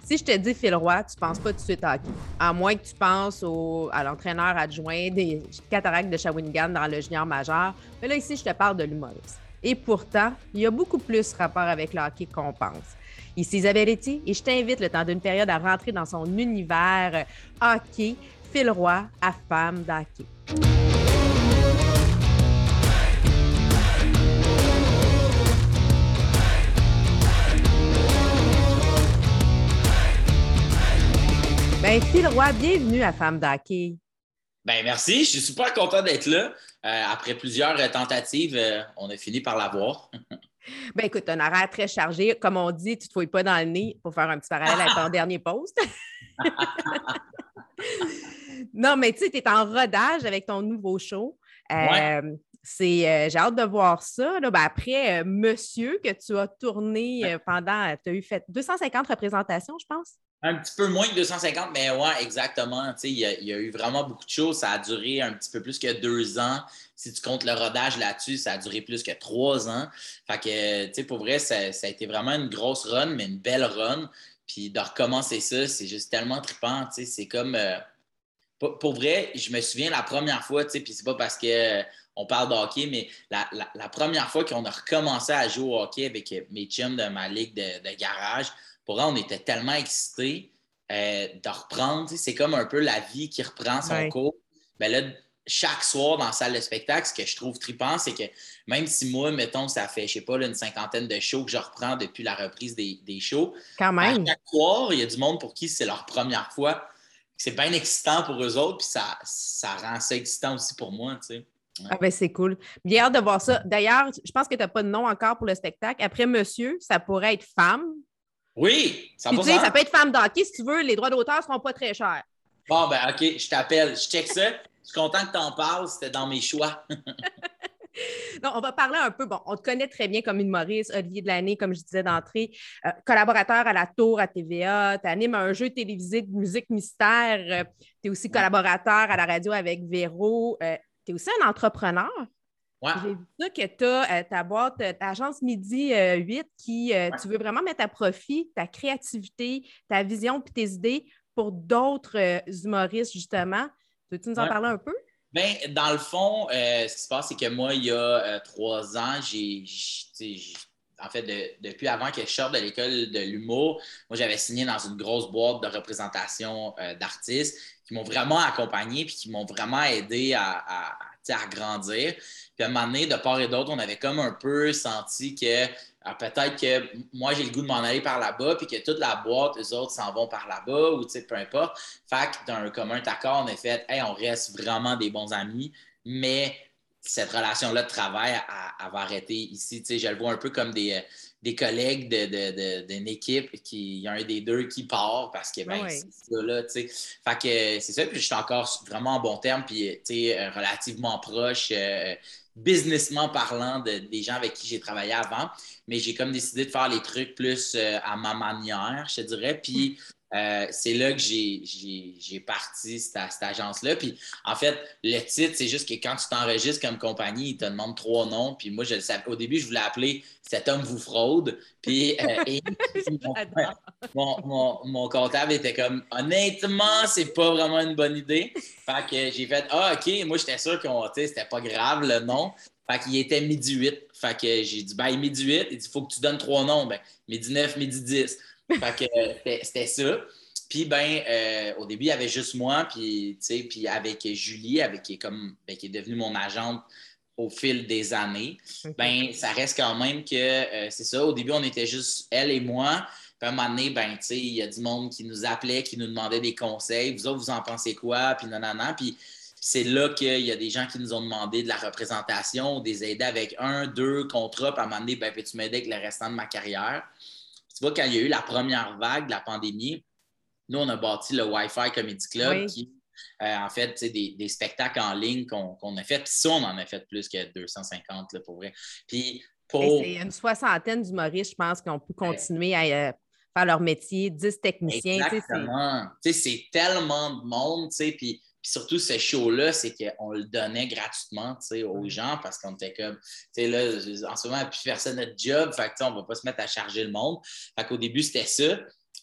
Si je te dis Phil Roy, tu ne penses pas tout de suite à hockey. À moins que tu penses à l'entraîneur adjoint des Cataractes de Shawinigan dans le junior majeur. Mais là, ici, je te parle de l'humoriste. Et pourtant, il y a beaucoup plus rapport avec le hockey qu'on pense. Ici Isabelle Etier et je t'invite le temps d'une période à rentrer dans son univers hockey. Phil Roy à femme d'hockey. Ben, Phil Roy, bienvenue à Femme d'hockey. Ben merci, je suis super content d'être là. Après plusieurs tentatives, on a fini par l'avoir. Ben écoute, un horaire très chargé. Comme on dit, tu te fouilles pas dans le nez pour faire un petit parallèle avec ton dernier post. Non, mais tu sais, tu es en rodage avec ton nouveau show. Ouais. J'ai hâte de voir ça. Là. Ben, après, Monsieur, que tu as tourné pendant, tu as eu fait 250 représentations, je pense. Un petit peu moins que 250, mais ouais, exactement. Il y a eu vraiment beaucoup de choses. Ça a duré un petit peu plus que 2 ans. Si tu comptes le rodage là-dessus, ça a duré plus que 3 ans. Fait que, tu sais, pour vrai, ça a été vraiment une grosse run, mais une belle run. Puis de recommencer ça, c'est juste tellement trippant. Tu sais, c'est comme... pour vrai, je me souviens la première fois, tu sais, puis c'est pas parce que on parle de hockey, mais la première fois qu'on a recommencé à jouer au hockey avec mes chums de ma ligue de garage, pour vrai, on était tellement excités de reprendre. Tu sais, c'est comme un peu la vie qui reprend son Ouais. cours. Ben là, chaque soir dans la salle de spectacle, ce que je trouve trippant, c'est que même si moi, mettons, ça fait, je sais pas, là, une cinquantaine de shows que je reprends depuis la reprise des shows, Quand à même. chaque soir, il y a du monde pour qui c'est leur première fois. C'est bien excitant pour eux autres, puis ça rend ça excitant aussi pour moi, tu sais. Ouais. Ah ben c'est cool. Bien hâte de voir ça. D'ailleurs, je pense que tu n'as pas de nom encore pour le spectacle. Après Monsieur, ça pourrait être Femme. Oui, Puis tu sais, 100%. ça peut être Femme d'hockey si tu veux. Les droits d'auteur ne seront pas très chers. Bon, ben OK, je t'appelle, je check ça. Je suis content que tu en parles, c'était dans mes choix. Donc, on va parler un peu. Bon, on te connaît très bien comme humoriste, Olivier de l'année, comme je disais d'entrée, collaborateur à la Tour à TVA, tu animes un jeu télévisé de musique mystère, tu es aussi Ouais. collaborateur à la radio avec Véro, tu es aussi un entrepreneur. Ouais. J'ai vu ça que tu as ta boîte, ta agence Midi 8 qui, tu veux vraiment mettre à profit ta créativité, ta vision puis tes idées pour d'autres humoristes, justement. Peux-tu nous en Ouais. parler un peu? Ben, dans le fond, ce qui se passe, c'est que moi, il y a 3 ans, en fait, depuis avant que je sorte de l'école de l'humour, moi, j'avais signé dans une grosse boîte de représentation d'artistes qui m'ont vraiment accompagné puis qui m'ont vraiment aidé tu sais, à grandir. Puis à un moment donné, de part et d'autre, on avait comme un peu senti que peut-être que moi, j'ai le goût de m'en aller par là-bas puis que toute la boîte, eux autres, s'en vont par là-bas ou tu sais, peu importe. Fait que d'un commun accord, on a fait hey, on reste vraiment des bons amis, mais cette relation-là de travail va arrêter ici. Tu sais, je le vois un peu comme des collègues d'une équipe qui il y a un des deux qui part parce que ben Oui. c'est ça là, tu sais. Fait que c'est ça, puis je suis encore vraiment en bon terme, puis tu sais, relativement proche. Businessment parlant des gens avec qui j'ai travaillé avant, mais j'ai comme décidé de faire les trucs plus à ma manière, je te dirais. Puis c'est là que j'ai parti cette agence-là. Puis en fait, le titre, c'est juste que quand tu t'enregistres comme compagnie, ils te demandent 3 noms. Puis moi, je le savais. Au début, je voulais appeler Cet homme vous fraude. Puis mon comptable était comme honnêtement, c'est pas vraiment une bonne idée. Fait que j'ai fait ah, OK, moi j'étais sûr que c'était pas grave le nom. Fait qu'il était midi 8. Fait que j'ai dit ben midi 8, il dit faut que tu donnes 3 noms. Ben midi 9, midi 10. Fait que c'était ça. Puis ben au début, il y avait juste moi, puis avec Julie, qui est devenue mon agente au fil des années, OK. ben ça reste quand même que c'est ça. Au début, on était juste elle et moi. Puis à un moment donné, ben, tu sais, il y a du monde qui nous appelait, qui nous demandait des conseils. Vous autres, vous en pensez quoi? Puis nanana. Puis c'est là qu'il y a des gens qui nous ont demandé de la représentation, des aider avec 1, 2 contrats. Puis à un moment donné, ben, peux-tu m'aider avec le restant de ma carrière? Puis tu vois, quand il y a eu la première vague de la pandémie, nous, on a bâti le Wi-Fi Comedy Club Oui. qui, en fait, c'est des spectacles en ligne qu'on a fait. Puis ça, on en a fait plus que 250, là, pour vrai. Puis Et pour... c'est une soixantaine d'humoristes, je pense, qui ont pu continuer à faire leur métier, 10 techniciens. Tu sais, Exactement. Tu sais, c'est tellement de monde, tu sais, puis surtout ce show-là, c'est qu'on le donnait gratuitement, tu sais, aux ouais. gens parce qu'on était comme, tu sais, là, en ce moment, plus personne n'a de job, fait que, tu sais, on va pas se mettre à charger le monde. Fait qu'au début, c'était ça.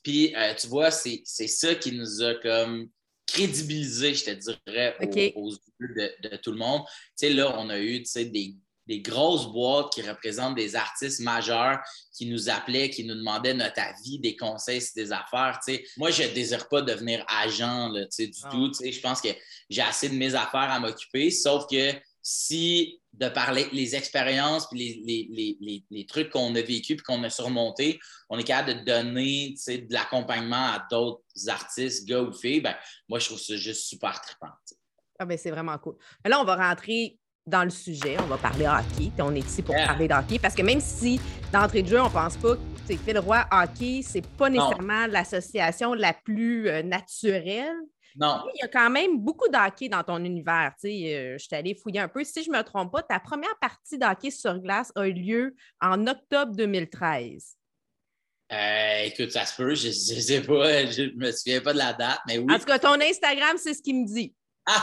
Puis, tu vois, c'est ça qui nous a comme crédibilisé, je te dirais, aux yeux de tout le monde. Tu sais, là, on a eu, tu sais, des grosses boîtes qui représentent des artistes majeurs qui nous appelaient, qui nous demandaient notre avis, des conseils sur des affaires. Tu sais. Moi, je ne désire pas devenir agent là, tu sais, du tout. Tu sais. Je pense que j'ai assez de mes affaires à m'occuper, sauf que si de parler les expériences et les trucs qu'on a vécus et qu'on a surmontés, on est capable de donner tu sais, de l'accompagnement à d'autres artistes, gars ou filles, ben, moi, je trouve ça juste super trippant. Tu sais. Ah ben, c'est vraiment cool. Mais là, on va rentrer dans le sujet. On va parler hockey. On est ici pour parler de hockey parce que même si d'entrée de jeu, on ne pense pas que Phil Roy hockey, c'est pas nécessairement l'association la plus naturelle. Non. Il y a quand même beaucoup d'hockey dans ton univers. Je suis allée fouiller un peu. Si je ne me trompe pas, ta première partie d'hockey sur glace a eu lieu en octobre 2013. Écoute, ça se peut. Je ne sais pas. Je ne me souviens pas de la date, mais oui. En tout cas, ton Instagram, c'est ce qu'il me dit.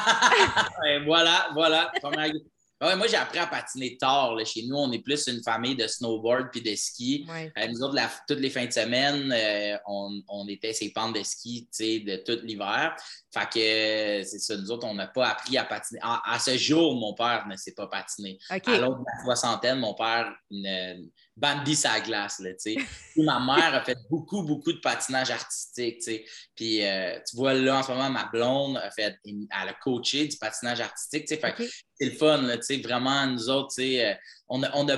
Voilà. Ouais, moi, j'ai appris à patiner tard. Là. Chez nous, on est plus une famille de snowboard puis de ski. Ouais. Nous autres, toutes les fins de semaine, on était ces pentes de ski de tout l'hiver. Fait que c'est ça. Nous autres, on n'a pas appris à patiner. À ce jour, mon père ne sait pas patiner. Okay. À l'autre de la soixantaine, mon père bandit sa glace. Là, ma mère a fait beaucoup de patinage artistique. T'sais. Puis tu vois, là, en ce moment, ma blonde elle a coaché du patinage artistique. Fait que c'est le fun. Là, vraiment, nous autres, on n'a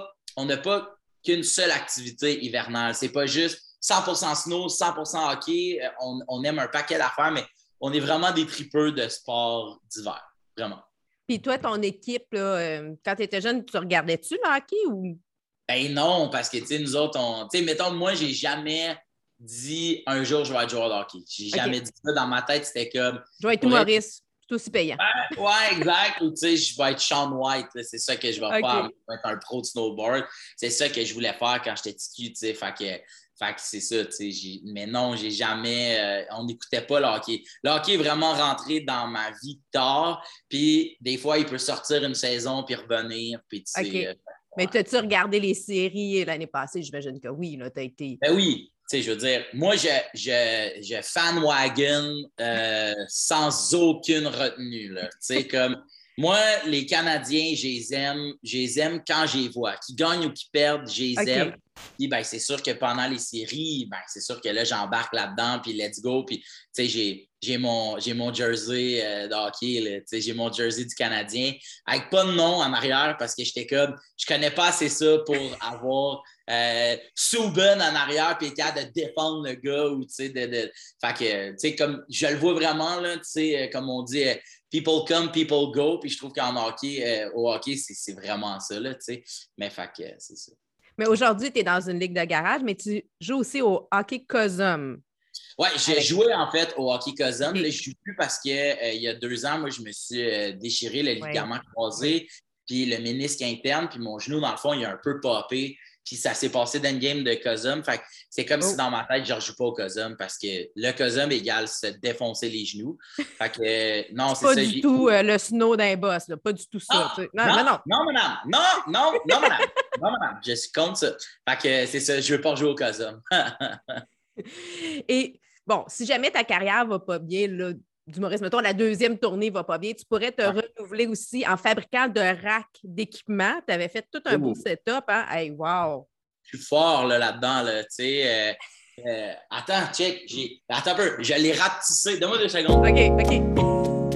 pas qu'une seule activité hivernale. C'est pas juste 100% snow, 100% hockey. On aime un paquet d'affaires, mais on est vraiment des tripeux de sport d'hiver. Vraiment. Puis toi, ton équipe, là, quand tu étais jeune, tu regardais-tu le hockey ou? Ben non, parce que, nous autres, mettons, moi, j'ai jamais dit un jour je vais être joueur de hockey. J'ai jamais dit ça. Dans ma tête, c'était comme. Je vais être humoriste. C'est aussi payant. Ouais, exact. Ou, je vais être Shaun White. Là, c'est ça que je vais faire. Je vais être un pro de snowboard. C'est ça que je voulais faire quand j'étais petit cul, Fait que c'est ça, mais non, j'ai jamais. On n'écoutait pas le hockey. Le hockey est vraiment rentré dans ma vie tard. Puis des fois, il peut sortir une saison puis revenir. Puis mais as-tu regardé les séries l'année passée? J'imagine que oui, là, t'as été. Ben oui, je veux dire, moi, je fan-wagon sans aucune retenue. Là. Comme, moi, les Canadiens, je les aime quand je les vois. Qu'ils gagnent ou qu'ils perdent, je les aime. Puis, ben, c'est sûr que pendant les séries, ben, c'est sûr que là, j'embarque là-dedans, puis let's go. Puis, j'ai mon jersey de hockey, là, j'ai mon jersey du Canadien, avec pas de nom en arrière parce que j'étais comme, je connais pas assez ça pour avoir Subban en arrière puis être capable de défendre le gars. Ou, fait que, comme, je le vois vraiment, là, comme on dit, people come, people go. Puis je trouve qu'en hockey, au hockey, c'est vraiment ça, là, mais fait que c'est ça. Mais aujourd'hui, tu es dans une ligue de garage, mais tu joues aussi au hockey Cosum. Oui, j'ai joué en fait au hockey Cosum. Là, je ne joue plus parce qu'il y a 2 ans, moi, je me suis déchiré le ligament croisé, puis le ménisque interne, puis mon genou, dans le fond, il a un peu popé. Puis ça s'est passé dans une game de Cosum. Fait que c'est comme si dans ma tête, je ne rejoue pas au Cosum parce que le Cosum égale se défoncer les genoux. Fait que non, c'est pas ça. Du tout le snow d'un boss, là. Pas du tout ça. Non, madame. Non, madame. Je suis contre ça. Fait que c'est ça, je ne veux pas rejouer au Cosum. Et bon, si jamais ta carrière ne va pas bien, là, d'humoriste, mettons, la deuxième tournée ne va pas bien, tu pourrais te renouveler aussi en fabriquant de racks d'équipement. Tu avais fait tout un beau setup, hein? Hey, wow! Je suis fort là-dedans, là, tu sais. Attends, check. Attends un peu, je l'ai rapetissé. Donne-moi 2 secondes. OK.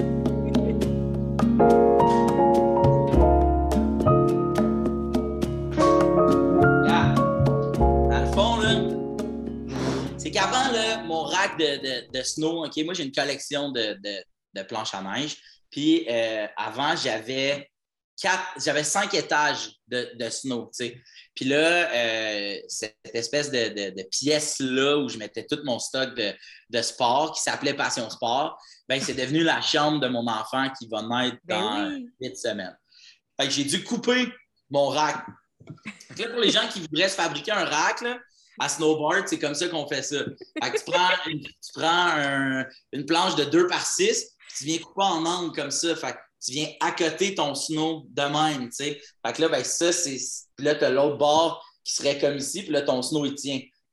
C'est qu'avant, là, mon rack de snow, OK, moi, j'ai une collection de planches à neige. Puis avant, j'avais 5 étages de snow, tu sais. Puis là, cette espèce de pièce-là où je mettais tout mon stock de sport qui s'appelait Passion Sport, ben c'est devenu la chambre de mon enfant qui va naître dans 8 semaines. Fait que j'ai dû couper mon rack. Donc là, pour les gens qui voudraient se fabriquer un rack, là, à snowboard, c'est comme ça qu'on fait ça. Fait que tu prends une planche de 2x6, tu viens couper en angle comme ça. Fait que tu viens accoter ton snow de même, tu sais. Fait que là, ben ça, c'est... Puis là, tu as l'autre bord qui serait comme ici, puis là, ton snow, il tient.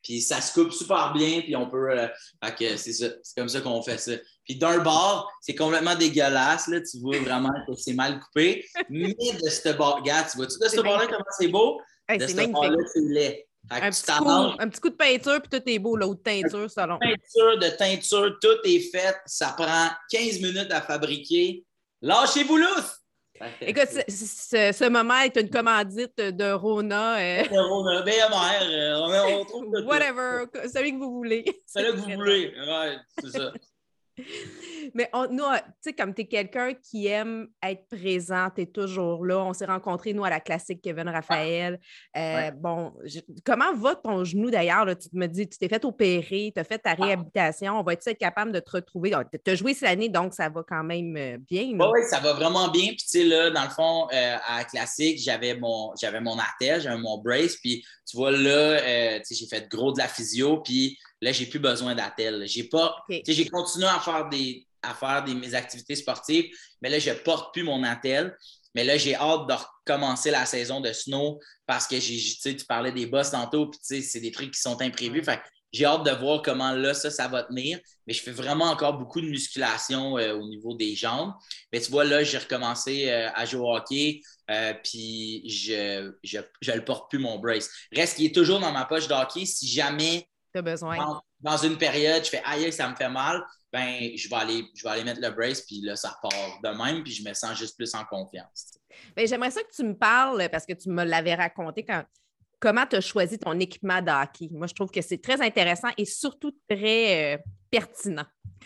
Puis ça se coupe super bien, puis on peut... fait que c'est ça, c'est comme ça qu'on fait ça. Puis d'un bord, c'est complètement dégueulasse, là, tu vois vraiment que c'est mal coupé. Mais de ce bord, regarde, tu vois-tu de ce bord-là comment c'est beau? Hey, De c'est ce magnifique. bord-là, c'est laid. Fait que Un petit coup de peinture, puis tout est beau, là, ou de teinture, selon. De teinture, tout est fait. Ça prend 15 minutes à fabriquer. Lâchez-vous lousse! Écoute, ce moment est une commandite de Rona. Rona, BMR, on trouve tout. Whatever, celui que vous voulez. Celui que vous voulez. Ouais, c'est ça. Mais nous, tu sais, comme tu es quelqu'un qui aime être présent, tu es toujours là. On s'est rencontrés, nous, à la classique Kevin Raphaël. Ouais. Bon, comment va ton genou d'ailleurs? Tu me dis, tu t'es fait opérer, tu as fait ta réhabilitation. On va être capable de te retrouver. Tu as joué cette année, donc ça va quand même bien. Oui, ça va vraiment bien. Puis, tu sais, là, dans le fond, à la classique, j'avais mon attelle, j'avais mon brace. Puis, tu vois, là, tu sais, j'ai fait gros de la physio. Puis, là, j'ai plus besoin d'attelle. J'ai pas, tu sais, j'ai continué à faire mes activités sportives, mais là, je porte plus mon attelle. Mais là, j'ai hâte de recommencer la saison de snow parce que tu sais, tu parlais des bosses tantôt. Puis, tu sais, c'est des trucs qui sont imprévus. Fait que j'ai hâte de voir comment là, ça va tenir. Mais je fais vraiment encore beaucoup de musculation au niveau des jambes. Mais tu vois, là, j'ai recommencé à jouer au hockey, puis je le porte plus, mon brace. Reste qu'il est toujours dans ma poche de hockey. Si jamais, tu as besoin. Dans une période, je fais « aïe, ça me fait mal », ben je vais aller mettre le brace, puis là, ça part de même, puis je me sens juste plus en confiance. Bien, j'aimerais ça que tu me parles, parce que tu me l'avais raconté comment tu as choisi ton équipement de hockey. Moi, je trouve que c'est très intéressant et surtout très pertinent.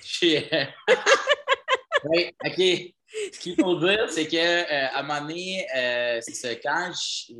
Oui, OK. Ce qu'il faut dire, c'est qu'à un moment donné, c'est ça, quand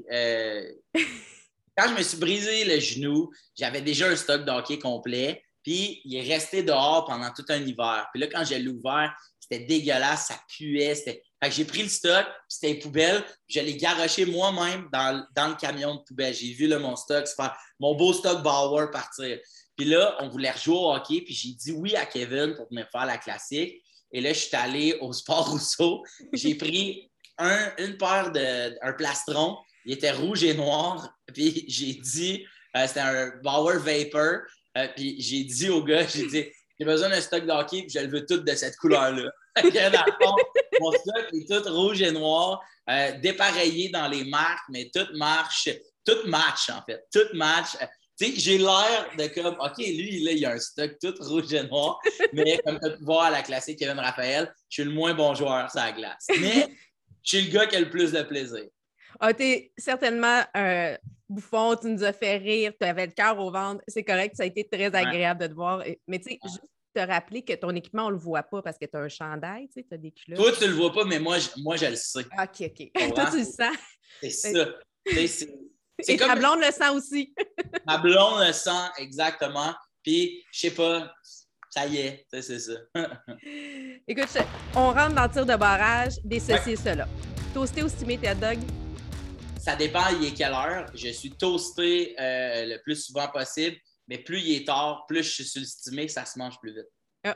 je me suis brisé le genou, j'avais déjà un stock de hockey complet, puis il est resté dehors pendant tout un hiver. Puis là, quand je l'ai ouvert, c'était dégueulasse, ça puait. Fait que j'ai pris le stock, puis c'était une poubelle, puis je l'ai garoché moi-même dans le camion de poubelle. J'ai vu là, mon stock, mon beau stock Bauer partir. Puis là, on voulait rejouer au hockey, puis j'ai dit oui à Kevin pour venir faire la classique. Et là, je suis allé au Sport Rousseau. J'ai pris une paire un plastron. Il était rouge et noir. Puis j'ai dit, c'était un Bauer Vapor. Puis j'ai dit au gars, j'ai dit, j'ai besoin d'un stock de hockey, puis je le veux tout de cette couleur-là. Dans le fond, mon stock est tout rouge et noir, dépareillé dans les marques, mais tout match, en fait. Tout match. Tu sais, j'ai l'air de comme, OK, lui, là, il a un stock tout rouge et noir, mais comme tu peux voir à la classique Kevin Raphaël, je suis le moins bon joueur sur la glace. Mais je suis le gars qui a le plus de plaisir. Ah, t'es certainement un bouffon, tu nous as fait rire, tu avais le cœur au ventre, c'est correct, ça a été très agréable de te voir. Mais tu sais, juste te rappeler que ton équipement, on ne le voit pas parce que tu as un chandail, tu as des culottes. Toi, tu le vois pas, mais moi, je le sais. OK. Toi, tu le sens. C'est ça. Et ta blonde le sent aussi. Ma blonde le sent, exactement. Puis, je sais pas, ça y est, c'est ça. Écoute, on rentre dans le tir de barrage, des ceci et cela. Toasté ou stimé tes hot dogs? Ça dépend, il est quelle heure. Je suis toasté le plus souvent possible, mais plus il est tard, plus je suis sur le stimé, ça se mange plus vite.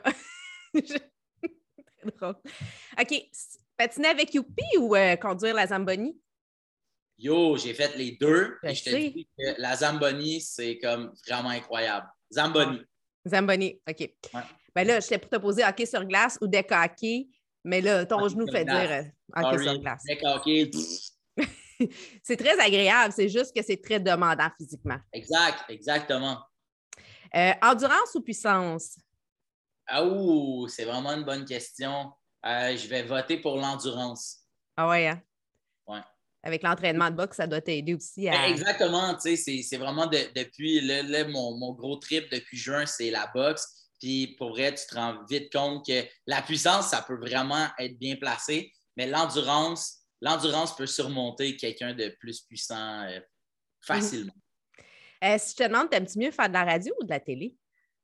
Très drôle. OK. Patiner avec Youpi ou conduire la Zamboni? Yo, j'ai fait les deux. Et je te dis que la Zamboni, c'est comme vraiment incroyable. Zamboni. Zamboni, OK. Ouais. Ben là, j'étais pour te poser hockey sur glace ou deck hockey, mais là, ton genou fait dire hockey sur glace. Deck hockey. C'est très agréable, c'est juste que c'est très demandant physiquement. Exactement. Endurance ou puissance? C'est vraiment une bonne question. Je vais voter pour l'endurance. Ah ouais, hein? Ouais. Avec l'entraînement de boxe, ça doit t'aider aussi à... Exactement, tu sais, c'est vraiment depuis mon gros trip depuis juin, c'est la boxe. Puis pour vrai, tu te rends vite compte que la puissance, ça peut vraiment être bien placé, mais l'endurance peut surmonter quelqu'un de plus puissant facilement. Si je te demande, t'aimes-tu mieux faire de la radio ou de la télé?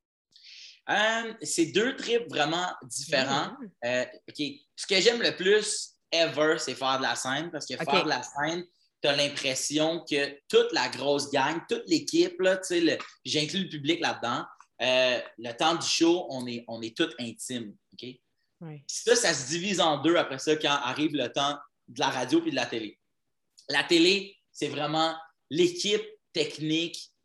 C'est deux trips vraiment différents. OK. Ce que j'aime le plus ever, c'est faire de la scène, parce que faire de la scène, tu as l'impression que toute la grosse gang, toute l'équipe, j'inclus le public là-dedans, le temps du show, on est tous intimes. OK? Oui. Ça se divise en deux après ça quand arrive le temps de la radio puis de la télé. La télé, c'est vraiment l'équipe technique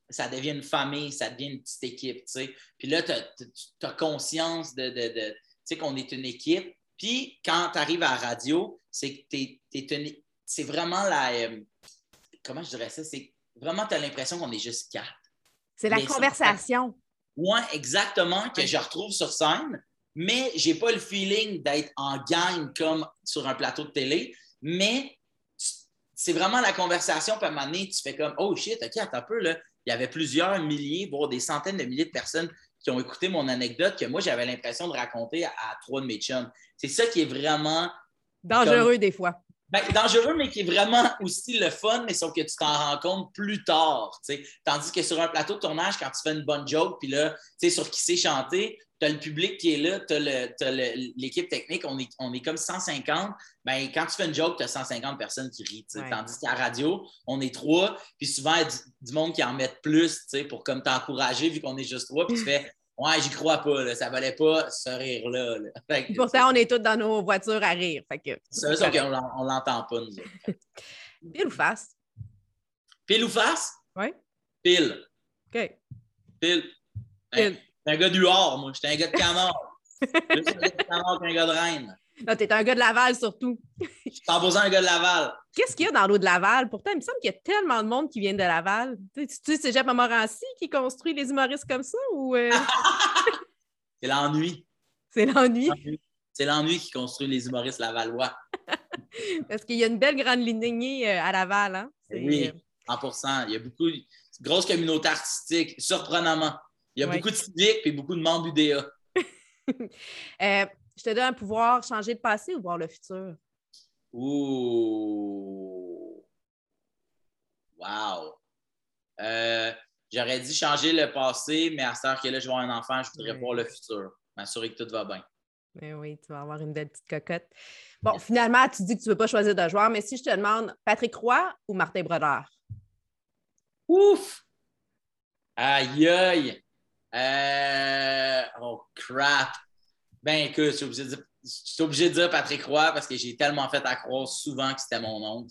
ça devient une famille, ça devient une petite équipe, tu sais. Puis là, tu as conscience tu sais, qu'on est une équipe. Puis quand tu arrives à la radio, c'est que c'est vraiment comment je dirais ça? C'est vraiment, tu as l'impression qu'on est juste 4. C'est la conversation. Oui, exactement, que je retrouve sur scène, mais j'ai pas le feeling d'être en gang comme sur un plateau de télé, mais c'est vraiment la conversation, puis à un moment donné, tu fais comme « Oh shit, OK, attends un peu, là. » Il y avait plusieurs milliers, voire des centaines de milliers de personnes qui ont écouté mon anecdote que moi, j'avais l'impression de raconter à 3 de mes chums. C'est ça qui est vraiment... dangereux des fois. Ben, dangereux, mais qui est vraiment aussi le fun, mais sauf que tu t'en rends compte plus tard. T'sais. Tandis que sur un plateau de tournage, quand tu fais une bonne joke, puis là, sur qui sait chanter, tu as le public qui est là, tu as l'équipe technique, on est comme 150. Ben, quand tu fais une joke, tu as 150 personnes qui rient. Ouais. Tandis qu'à la radio, on est 3, puis souvent, il y a du monde qui en met plus pour comme t'encourager, vu qu'on est juste 3, puis tu fais « Ouais, j'y crois pas, là, ça valait pas ce rire-là. » Pourtant, on est tous dans nos voitures à rire. C'est ça qu'on l'entend pas, nous autres. Pile ou face? Pile ou face? Oui. Pile. OK. Pile. J'étais un gars du Hors, moi. J'étais un gars de Canard. Plus un gars de Canard qu'un gars de Rennes. Non, t'es un gars de Laval, surtout. Je suis 100% un gars de Laval. Qu'est-ce qu'il y a dans l'eau de Laval? Pourtant, il me semble qu'il y a tellement de monde qui vient de Laval. Tu sais, c'est Jeff Montmorency qui construit les humoristes comme ça? Ou C'est l'ennui. C'est l'ennui? C'est l'ennui qui construit les humoristes lavallois. Parce qu'il y a une belle grande lignée à Laval. Hein? Oui, 100%. Il y a beaucoup de grosse communauté artistique, surprenamment. Il y a beaucoup de civiques et beaucoup de membres UDA. Je te donne un pouvoir, changer le passé ou voir le futur? Ouh! Wow! J'aurais dit changer le passé, mais à ce heure que là, je vois un enfant, je voudrais voir le futur. M'assurer que tout va bien. Mais oui, tu vas avoir une belle petite cocotte. Bon, finalement, tu dis que tu ne veux pas choisir de joueur, mais si je te demande Patrick Roy ou Martin Brodeur? Ouf! Aïe, aïe! Oh, crap! Ben, écoute, je suis obligé de dire Patrick Roy parce que j'ai tellement fait à croire souvent que c'était mon oncle.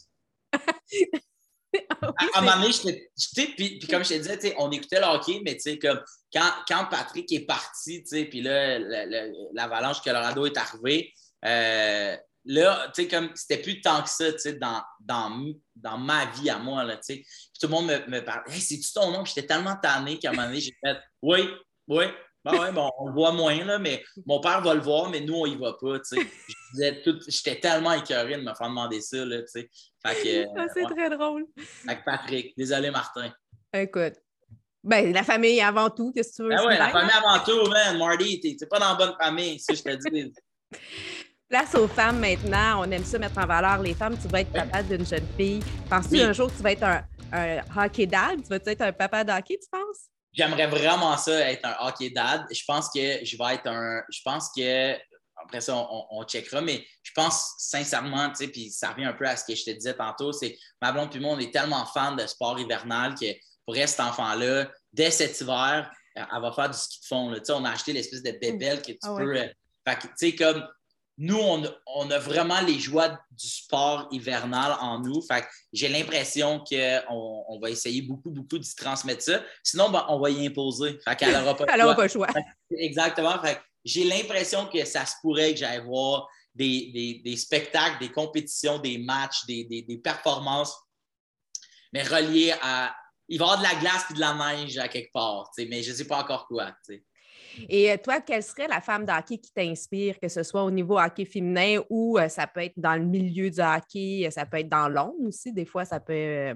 À un moment donné, puis comme je te disais, on écoutait le hockey, mais comme quand Patrick est parti, puis là, l'Avalanche Colorado est arrivée, là, comme c'était plus tant que ça, dans ma vie à moi, là, puis tout le monde me parlait, hey, c'est-tu ton nom? Puis j'étais tellement tanné qu'à un moment donné, j'ai fait, oui, bon, on le voit moins, là, mais mon père va le voir, mais nous, on y va pas, j'étais tellement écœuré de me faire demander ça, là, tu sais. C'est très drôle. Avec Patrick. Désolé, Martin. Écoute, ben, la famille avant tout, qu'est-ce que tu veux? Ben ouais, la famille avant tout, man. Marty, t'es pas dans la bonne famille, ça, je te dis. Place aux femmes maintenant. On aime ça mettre en valeur les femmes. Tu vas être papa d'une jeune fille. Penses-tu un jour que tu vas être un hockey dad? Tu vas être un papa de hockey, tu penses? J'aimerais vraiment ça, être un hockey dad. Je pense que je vais être après ça, on checkera, mais je pense sincèrement, tu sais, puis ça revient un peu à ce que je te disais tantôt, c'est ma blonde puis moi, on est tellement fans de sport hivernal que pour cet enfant-là, dès cet hiver, elle va faire du ski de fond. Tu sais, on a acheté l'espèce de bébelle que tu peux... fait que, tu sais, comme nous, on a vraiment les joies du sport hivernal en nous. Fait que j'ai l'impression qu'on va essayer beaucoup d'y transmettre ça. Sinon, ben, on va y imposer. Fait qu'elle n'aura pas le choix. Exactement. Fait que j'ai l'impression que ça se pourrait que j'aille voir des spectacles, des compétitions, des matchs, des performances, mais reliés à... Il va y avoir de la glace et de la neige à quelque part, mais je ne sais pas encore quoi. T'sais. Et toi, quelle serait la femme de hockey qui t'inspire, que ce soit au niveau hockey féminin ou ça peut être dans le milieu du hockey, ça peut être dans l'ombre aussi, des fois, ça peut...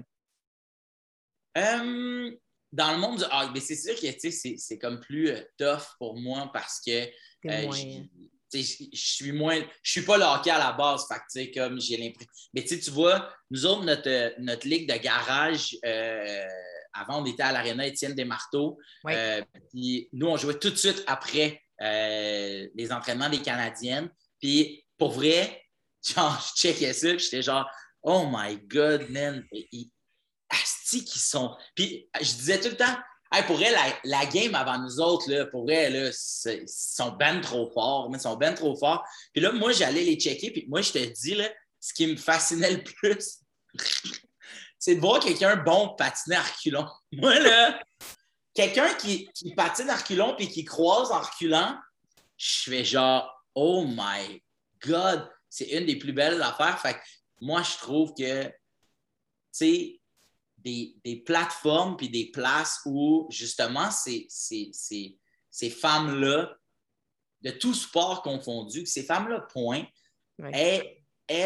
Dans le monde du hockey, c'est sûr que c'est comme plus tough pour moi parce que je suis pas le hockey à la base, fait que, comme j'ai l'impression. Mais tu vois, nous autres, notre ligue de garage, avant, on était à l'Arena Étienne Desmarteaux. Oui. Puis nous, on jouait tout de suite après les entraînements des Canadiennes. Puis pour vrai, genre, je checkais ça, puis j'étais genre, oh my God, man, asti qui sont. Puis je disais tout le temps, hey, pour vrai, la game avant nous autres, là, pour vrai, là, ils sont ben trop forts, mais ils sont ben trop forts. Puis là, moi, j'allais les checker, puis moi, je te dis, là, ce qui me fascinait le plus, c'est de voir quelqu'un bon patiner à reculons. Moi, là, quelqu'un qui patine à reculons puis qui croise en reculant, je fais genre, oh my God, c'est une des plus belles affaires. Fait que moi, je trouve que, tu sais, des plateformes puis des places où, justement, ces femmes-là, de tout sport confondu, ces femmes-là, point, ouais.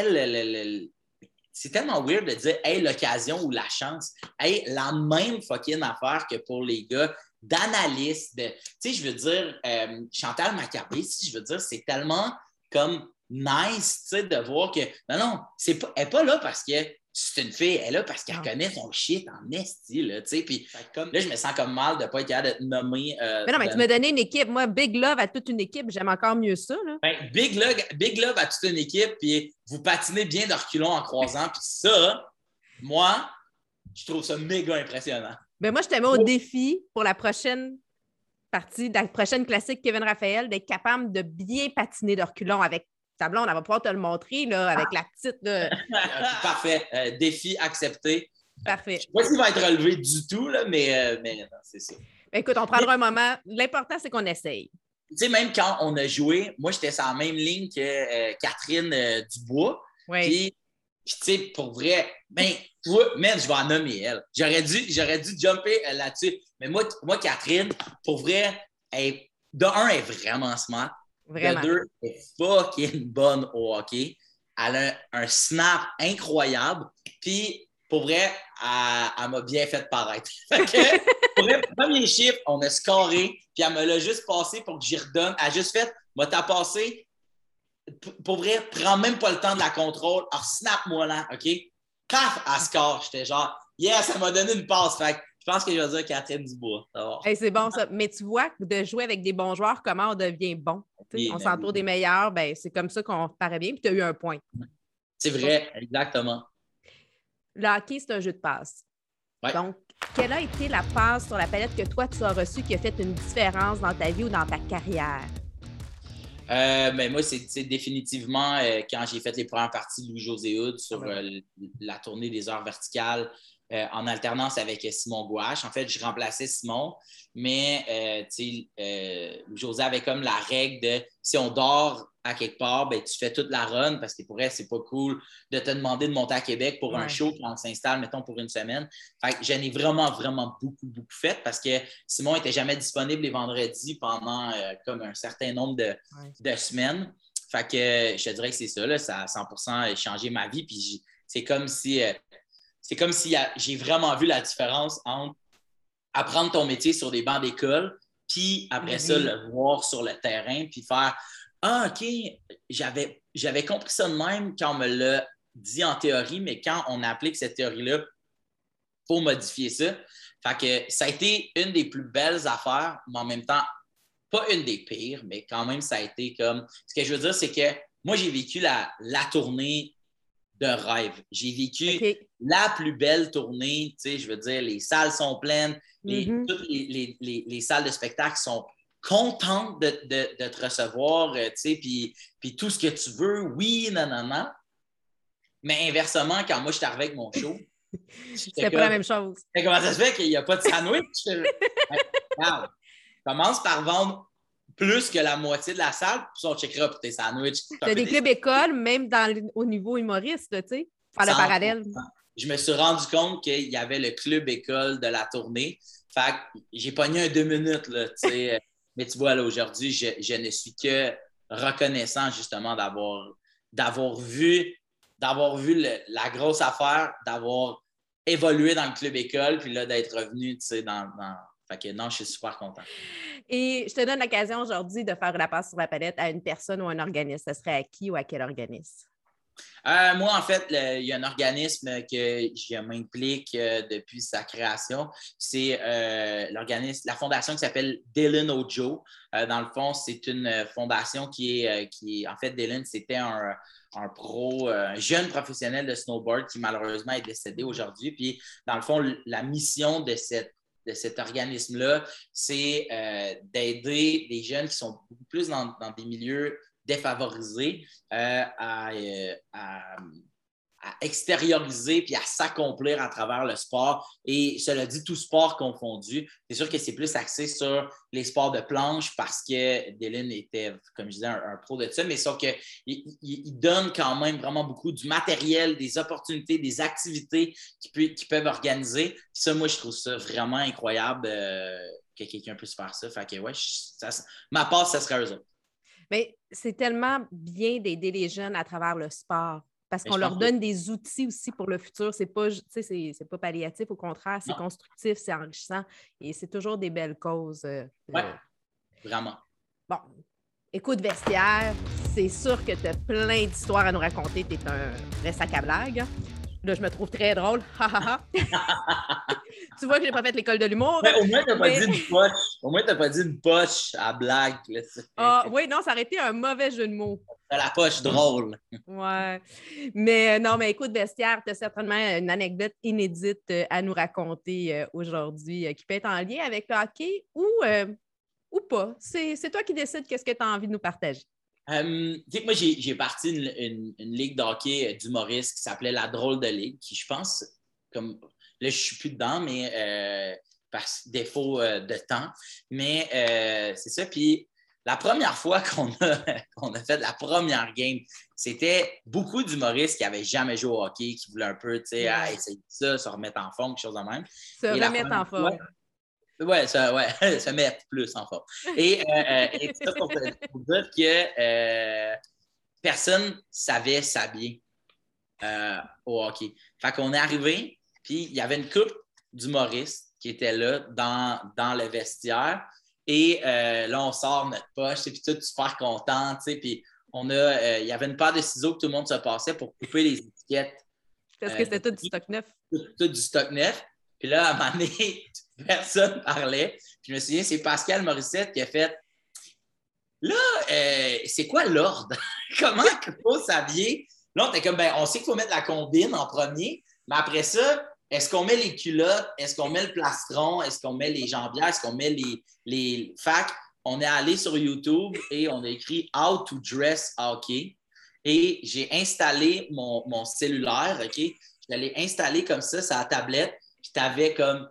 C'est tellement weird de dire « hey, l'occasion ou la chance ». Hey, la même fucking affaire que pour les gars d'analystes. Tu sais, je veux dire, Chantal Maccabé, si je veux dire, c'est tellement comme nice, tu sais, de voir que non, elle n'est pas là parce que c'est une fille, elle est là parce qu'elle connaît son shit en esti, là, tu sais. Puis là, je me sens comme mal de ne pas être capable de te nommer. Mais non, mais tu m'as donné une équipe. Moi, big love à toute une équipe, j'aime encore mieux ça, là. Ben, big love à toute une équipe, puis vous patinez bien de reculons en croisant, puis ça, moi, je trouve ça méga impressionnant. Ben moi, je te mets au défi pour la prochaine partie, la prochaine classique Kevin Raphaël, d'être capable de bien patiner de reculons avec ta blonde. Elle va pouvoir te le montrer, là, avec la petite. Là. Parfait. Défi accepté. Parfait. Je ne sais pas s'il va être relevé du tout, là, mais non, c'est ça. Écoute, on prendra un moment. L'important, c'est qu'on essaye. Tu sais, même quand on a joué, moi, j'étais sur la même ligne que Catherine Dubois. Oui. Puis, tu sais, pour vrai, ben, man, je vais en nommer elle. J'aurais dû jumper là-dessus. Mais moi, Catherine, pour vrai, de un, elle est vraiment smart. Vraiment. De deux, elle est fucking bonne au hockey. Elle a un snap incroyable. Puis, pour vrai, elle m'a bien fait paraître. Okay? Pour vrai, premier chiffre, on a scoré, puis elle me l'a juste passé pour que j'y redonne. Elle a juste fait, m'a t'as passé. Pour vrai, prends même pas le temps de la contrôle. Alors, snap-moi là, OK? Paf, elle score. J'étais genre, yes, ça m'a donné une passe. Fait que je pense que je vais dire Catherine Dubois. Hey, c'est bon ça. Mais tu vois, de jouer avec des bons joueurs, comment on devient bon? Oui, on s'entoure des meilleurs, ben, c'est comme ça qu'on paraît bien, puis tu as eu un point. C'est vrai, exactement. Le hockey, c'est un jeu de passe. Ouais. Donc, quelle a été la passe sur la palette que toi, tu as reçue qui a fait une différence dans ta vie ou dans ta carrière? Ben moi, c'est définitivement quand j'ai fait les premières parties de Louis-José Hood sur la tournée des heures verticales en alternance avec Simon Gouache. En fait, je remplaçais Simon, mais Louis-José avait comme la règle de si on dort à quelque part, ben, tu fais toute la run parce que pour elle, c'est pas cool de te demander de monter à Québec pour un show quand on s'installe, mettons, pour une semaine. Fait que j'en ai vraiment, vraiment beaucoup fait parce que Simon n'était jamais disponible les vendredis pendant comme un certain nombre de semaines. Fait que je te dirais que c'est ça, là, ça a 100% changé ma vie. Puis c'est comme si j'ai vraiment vu la différence entre apprendre ton métier sur des bancs d'école, puis après ça, le voir sur le terrain, puis faire ah, OK, j'avais compris ça de même quand on me l'a dit en théorie, mais quand on applique cette théorie-là, il faut modifier ça. Fait que ça a été une des plus belles affaires, mais en même temps, pas une des pires, mais quand même, ça a été comme. Ce que je veux dire, c'est que moi, j'ai vécu la tournée de rêve. J'ai vécu la plus belle tournée. Tu sais, je veux dire, les salles sont pleines, toutes les salles de spectacle sont contentes de te recevoir, tu sais, puis tout ce que tu veux, oui, non. Mais inversement, quand moi, je suis arrivé avec mon show, c'était pas la même chose. Comment ça se fait qu'il n'y a pas de sandwich? Regarde, commence par vendre plus que la moitié de la salle, puis on checkera pour tes sandwichs. Tu as des clubs écoles, même au niveau humoriste, tu sais, faire le parallèle. Je me suis rendu compte qu'il y avait le club école de la tournée. Fait que j'ai pogné un 2 minutes, là, tu sais. Mais tu vois, là, aujourd'hui, je ne suis que reconnaissant, justement, d'avoir vu la grosse affaire, d'avoir évolué dans le club école, puis là, d'être revenu, tu sais, Fait que non, je suis super content. Et je te donne l'occasion aujourd'hui de faire la passe sur la palette à une personne ou un organisme. Ce serait à qui ou à quel organisme? Moi, en fait, il y a un organisme que je m'implique depuis sa création. C'est la fondation qui s'appelle Dylan Ojo. Dans le fond, c'est une fondation qui est en fait, Dylan, c'était un jeune professionnel de snowboard qui malheureusement est décédé aujourd'hui. Puis, dans le fond, la mission de cet organisme-là, c'est d'aider des jeunes qui sont beaucoup plus dans des milieux défavorisés à extérioriser puis à s'accomplir à travers le sport. Et cela dit, tout sport confondu. C'est sûr que c'est plus axé sur les sports de planche parce que Dylan était, comme je disais, un pro de ça, mais sauf qu'il donne quand même vraiment beaucoup du matériel, des opportunités, des activités qu'ils peuvent organiser. Puis ça, moi, je trouve ça vraiment incroyable que quelqu'un puisse faire ça. Fait que, ouais, ma passe, ça serait eux autres. Mais c'est tellement bien d'aider les jeunes à travers le sport. Parce qu'on leur donne des outils aussi pour le futur. C'est pas palliatif, au contraire, c'est constructif, c'est enrichissant et c'est toujours des belles causes. Oui, vraiment. Bon, écoute, Vestiaire, c'est sûr que tu as plein d'histoires à nous raconter. Tu es un vrai sac à blagues. Là, je me trouve très drôle. Tu vois que j'ai pas fait l'école de l'humour. Ouais, au moins, tu n'as pas dit une poche. Au moins, tu n'as pas dit une poche à blague. Oui, non, ça aurait été un mauvais jeu de mots. La poche drôle. Ouais. Mais non, mais écoute, Vestiaire, tu as certainement une anecdote inédite à nous raconter aujourd'hui qui peut être en lien avec le hockey ou pas. C'est toi qui décides qu'est-ce que tu as envie de nous partager. Moi, j'ai parti une ligue de hockey d'humoristes qui s'appelait La Drôle de Ligue, qui, je pense, comme là, je ne suis plus dedans, mais par défaut de temps. Mais c'est ça. Puis la première fois qu'on a fait la première game, c'était beaucoup d'humoristes qui n'avaient jamais joué au hockey, qui voulaient un peu, tu sais, essayer ça, se remettre en forme, quelque chose de même. Se remettre en forme. Oui, se mettre plus en forme. Et ça, pour dire que personne ne savait s'habiller au hockey. Fait qu'on est arrivé, puis il y avait une couple d'humoristes qui étaient là dans le vestiaire. Et là, on sort notre poche, et puis tout super content, tu sais, puis il y avait une paire de ciseaux que tout le monde se passait pour couper les étiquettes. Parce que c'était tout du stock neuf. Tout du stock neuf. Puis là, à un moment donné, personne parlait. Puis je me souviens, c'est Pascal Morissette qui a fait « Là, c'est quoi l'ordre? Comment il faut s'habiller? » Là, on était comme, on sait qu'il faut mettre la combine en premier, mais après ça, est-ce qu'on met les culottes? Est-ce qu'on met le plastron? Est-ce qu'on met les jambières? Est-ce qu'on met les facs? On est allé sur YouTube et on a écrit « How to dress hockey ». Et j'ai installé mon cellulaire, OK? Je l'ai installé comme ça sur la tablette. Puis tu avais comme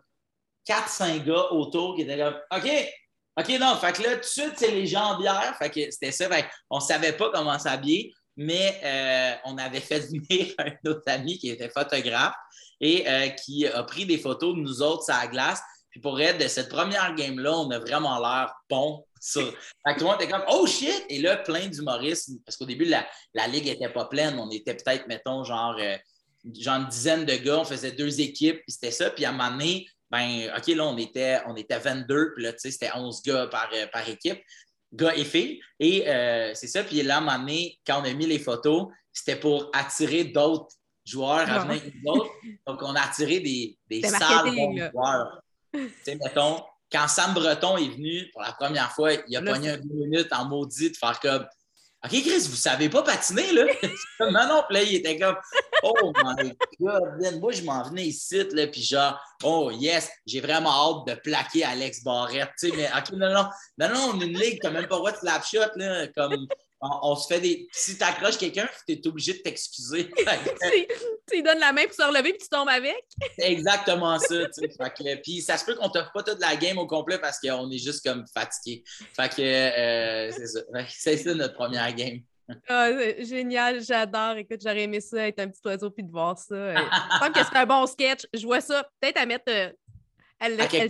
4-5 gars autour qui étaient comme « OK, non. » Fait que là, tout de suite, c'est les jambières. Fait que c'était ça. Fait on ne savait pas comment s'habiller, mais on avait fait venir un autre ami qui était photographe et qui a pris des photos de nous autres sur la glace. Puis pour être de cette première game-là, on a vraiment l'air bon. Ça. Fait que tout le monde était comme « Oh shit! » Et là, plein d'humoristes, parce qu'au début, la ligue n'était pas pleine. On était peut-être, mettons, genre une dizaine de gars. On faisait 2 équipes, puis c'était ça. Puis à un moment donné, OK, là, on était 22, puis là, tu sais, c'était 11 gars par équipe, gars et filles. Et c'est ça. Puis là, à un moment donné, quand on a mis les photos, c'était pour attirer d'autres joueurs à venir avec nous autres. Donc, on a attiré des salles de joueurs. Tu sais, mettons, quand Sam Breton est venu pour la première fois, il a pogné un 2 minutes en maudit de faire comme OK, Chris, vous savez pas patiner, là? Non, puis là, il était comme Oh my God, moi, je m'en venais ici, là, puis genre, oh yes, j'ai vraiment hâte de plaquer Alex Barrette, tu sais, mais OK, non, on est une ligue, t'as même pas le droit de slapshot, là, comme on se fait des. Si t'accroches quelqu'un, t'es obligé de t'excuser. Tu lui donnes la main pour se relever puis tu tombes avec. C'est exactement ça, tu sais. Puis ça se peut qu'on t'offre pas toute la game au complet parce qu'on est juste comme fatigué. Fait que c'est ça. C'est ça notre première game. Ah, génial, j'adore. Écoute, j'aurais aimé ça, être un petit oiseau puis de voir ça. Je pense que c'est un bon sketch. Je vois ça. Peut-être à mettre à le tester.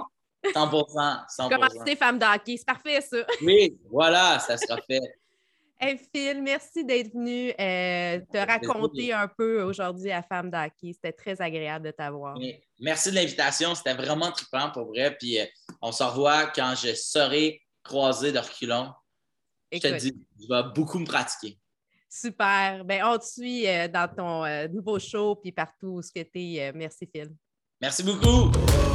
100%. Commencer femme d'hockey. C'est parfait, ça. Oui, voilà, ça sera fait. Hey Phil, merci d'être venu te raconter un peu aujourd'hui à Femme d'hockey. C'était très agréable de t'avoir. Merci de l'invitation. C'était vraiment trippant pour vrai. Puis on se revoit quand je serai croisé de reculons. Je te dis, je vais beaucoup me pratiquer. Super. Ben, on te suit dans ton nouveau show puis partout où tu es. Merci Phil. Merci beaucoup.